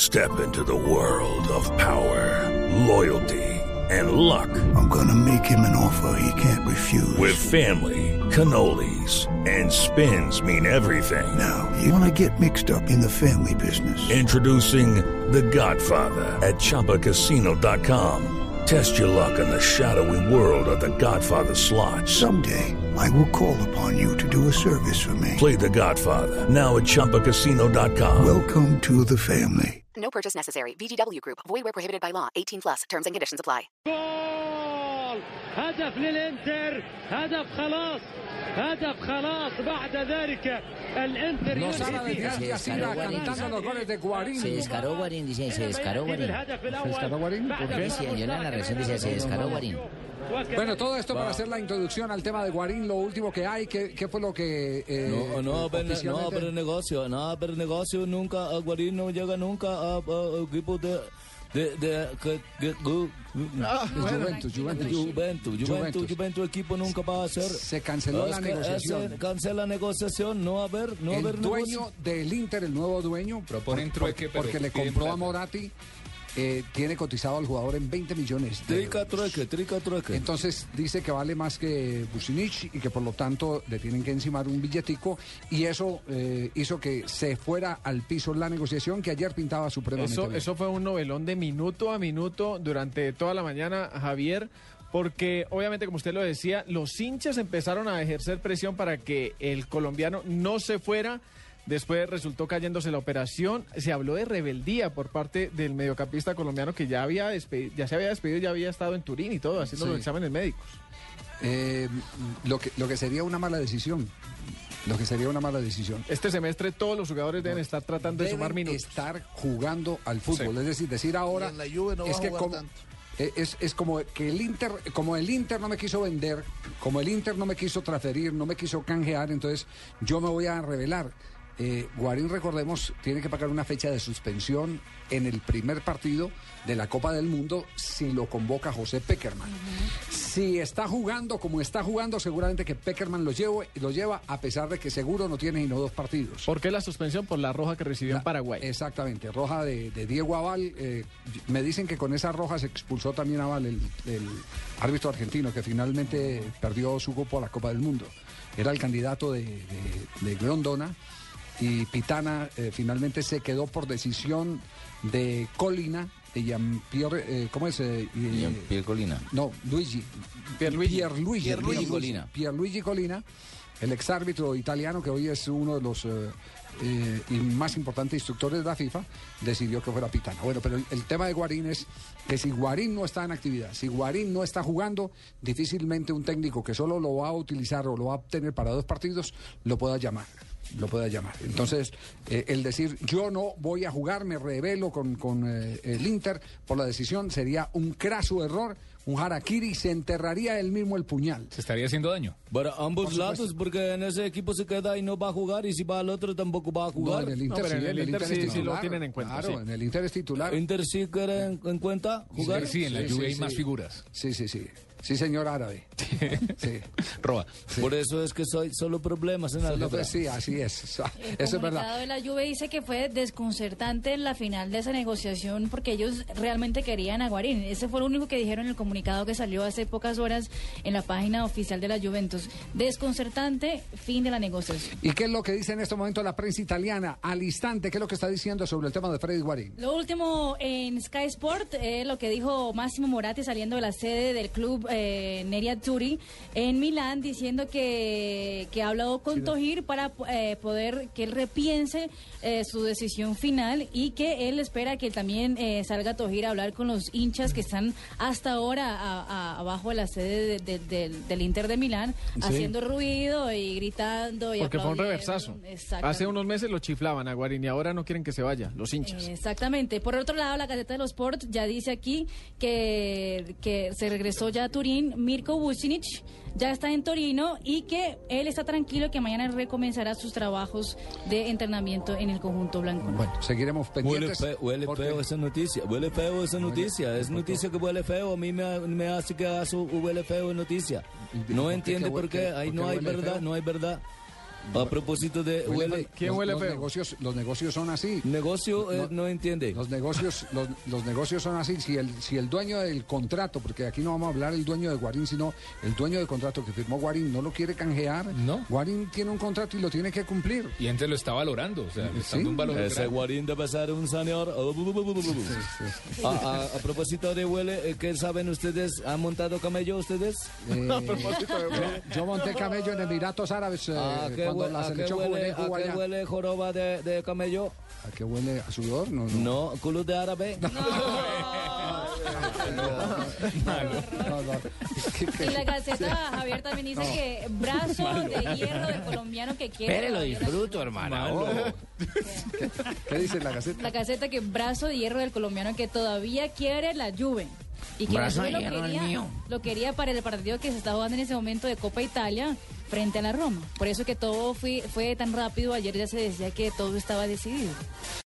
Step into the world of power, loyalty, and luck. I'm gonna make him an offer he can't refuse. With family, cannolis, and spins mean everything. Now, you wanna get mixed up in the family business. Introducing The Godfather at ChumbaCasino.com. Test your luck in the shadowy world of The Godfather slot. Someday, I will call upon you to do a service for me. Play The Godfather now at ChumbaCasino.com. Welcome to the family. No purchase necessary. VGW Group. Void where prohibited by law. 18+. Terms and conditions apply. جول هدف للإنتر هدف خلاص بعد ذلك الإنتر cantando los goles de Guarín. Se descaró Guarín, dice, se descaró Guarín. ¿Se descaró Guarín? ¿Por qué? Sí, yo la narración dice, se descaró Guarín. Bueno, todo esto para hacer la introducción al tema de Guarín, lo último que hay, ¿qué fue lo que pero negocio nunca, a Guarín no llega nunca a equipos de Juventus equipo nunca va a ser. Se canceló la negociación. Cancela negociación, no va a haber el dueño del Inter, el nuevo dueño, proponen trueque, porque le compró a Moratti. Tiene cotizado al jugador en 20 millones de euros. Trueque. Entonces dice que vale más que Vucinic y que por lo tanto le tienen que encimar un billetico, y eso hizo que se fuera al piso la negociación, que ayer pintaba supremamente bien. Eso fue un novelón de minuto a minuto durante toda la mañana, Javier, porque obviamente, como usted lo decía, los hinchas empezaron a ejercer presión para que el colombiano no se fuera. Después resultó cayéndose la operación. Se habló de rebeldía por parte del mediocampista colombiano, que ya se había despedido, ya había estado en Turín y todo, haciendo los exámenes médicos. Lo que sería una mala decisión. Este semestre todos los jugadores deben estar tratando de sumar minutos. Estar jugando al fútbol. Sí. Es decir ahora la Juve no es va que a jugar tanto. Es como que el Inter no me quiso vender, como el Inter no me quiso transferir, no me quiso canjear, entonces yo me voy a rebelar. Guarín, recordemos, tiene que pagar una fecha de suspensión en el primer partido de la Copa del Mundo si lo convoca José Pekerman. Si está jugando como está jugando, seguramente que Pekerman lo lleva, a pesar de que seguro no tiene sino 2 partidos. ¿Por qué la suspensión? Por la roja que recibió en Paraguay. Exactamente, roja de Diego Aval. Me dicen que con esa roja se expulsó también a Aval, el árbitro argentino, que finalmente perdió su cupo a la Copa del Mundo. Era el candidato de Grondona. Y Pitana finalmente se quedó por decisión de Colina, de Jean-Pierre, ¿cómo es? Jean-Pierre Colina. No, Pierluigi Colina, el exárbitro italiano, que hoy es uno de los más importantes instructores de la FIFA, decidió que fuera Pitana. Bueno, pero el tema de Guarín es que si Guarín no está en actividad, si Guarín no está jugando, difícilmente un técnico que solo lo va a utilizar o lo va a obtener para 2 partidos, lo pueda llamar. Entonces, el decir yo no voy a jugar, me rebelo con el Inter por la decisión, sería un craso error, un harakiri, se enterraría él mismo el puñal. Se estaría haciendo daño. Para ambos lados, porque en ese equipo se queda y no va a jugar, y si va al otro tampoco va a jugar. No, en el Inter, sí lo tienen en cuenta. Claro, sí. En el Inter es titular. ¿Inter sí quiere en cuenta jugar? Sí, en la Juve hay más figuras. Sí. Sí, señor árabe. Sí. Roa. Sí. Por eso es que soy solo problemas en álgebra. Sí, así es. Eso es verdad. El comunicado de la Juve dice que fue desconcertante en la final de esa negociación porque ellos realmente querían a Guarín. Ese fue lo único que dijeron en el comunicado que salió hace pocas horas en la página oficial de la Juventus. Desconcertante, fin de la negociación. ¿Y qué es lo que dice en este momento la prensa italiana? Al instante, ¿qué es lo que está diciendo sobre el tema de Freddy Guarín? Lo último en Sky Sport, lo que dijo Massimo Moratti saliendo de la sede del club Nerazzurri en Milán, diciendo que ha hablado con Tohir para poder que él repiense su decisión final, y que él espera que también salga Tohir a hablar con los hinchas que están hasta ahora abajo de la sede del Inter de Milán, haciendo ruido y gritando y porque fue un reversazo. Hace unos meses lo chiflaban a Guarín y ahora no quieren que se vaya, los hinchas. Exactamente. Por otro lado, la Gaceta de los Sport ya dice aquí que se regresó ya a Turín Mirko Vucinic, ya está en Torino, y que él está tranquilo que mañana recomenzará sus trabajos de entrenamiento en el conjunto blanco. Bueno, seguiremos pendientes. Huele feo esa noticia, es noticia que huele feo, a mí me hace que huele feo noticia. No entiende por qué, ahí no hay verdad. A propósito de huele... ¿Quién huele feo? Los negocios son así. Negocio no entiende. Los negocios son así. Si el dueño del contrato, porque aquí no vamos a hablar del dueño de Guarín, sino el dueño del contrato que firmó Guarín no lo quiere canjear. No. Guarín tiene un contrato y lo tiene que cumplir. Y antes lo está valorando, o sea, le está dando un valor Ese grande. Guarín debe ser un señor. A propósito de huele, ¿qué saben ustedes? ¿Han montado camello ustedes? A propósito de huele. Yo monté camello en Emiratos Árabes cuando la selección juvenil jugó ¿A qué allá. huele joroba de camello? ¿A qué huele? ¿A sudor? No. No, culo de árabe. Y la Gaceta, Javier, también dice que brazo de hierro del colombiano que quiere... Pero lo disfruto, hermano. ¿Qué dice la Gaceta? La Gaceta que brazo de hierro del colombiano que todavía quiere la Juve. Y que Brazo la de Juve hierro el mío. lo quería para el partido que se está jugando en ese momento de Copa Italia frente a la Roma. Por eso que todo fue tan rápido. Ayer ya se decía que todo estaba decidido.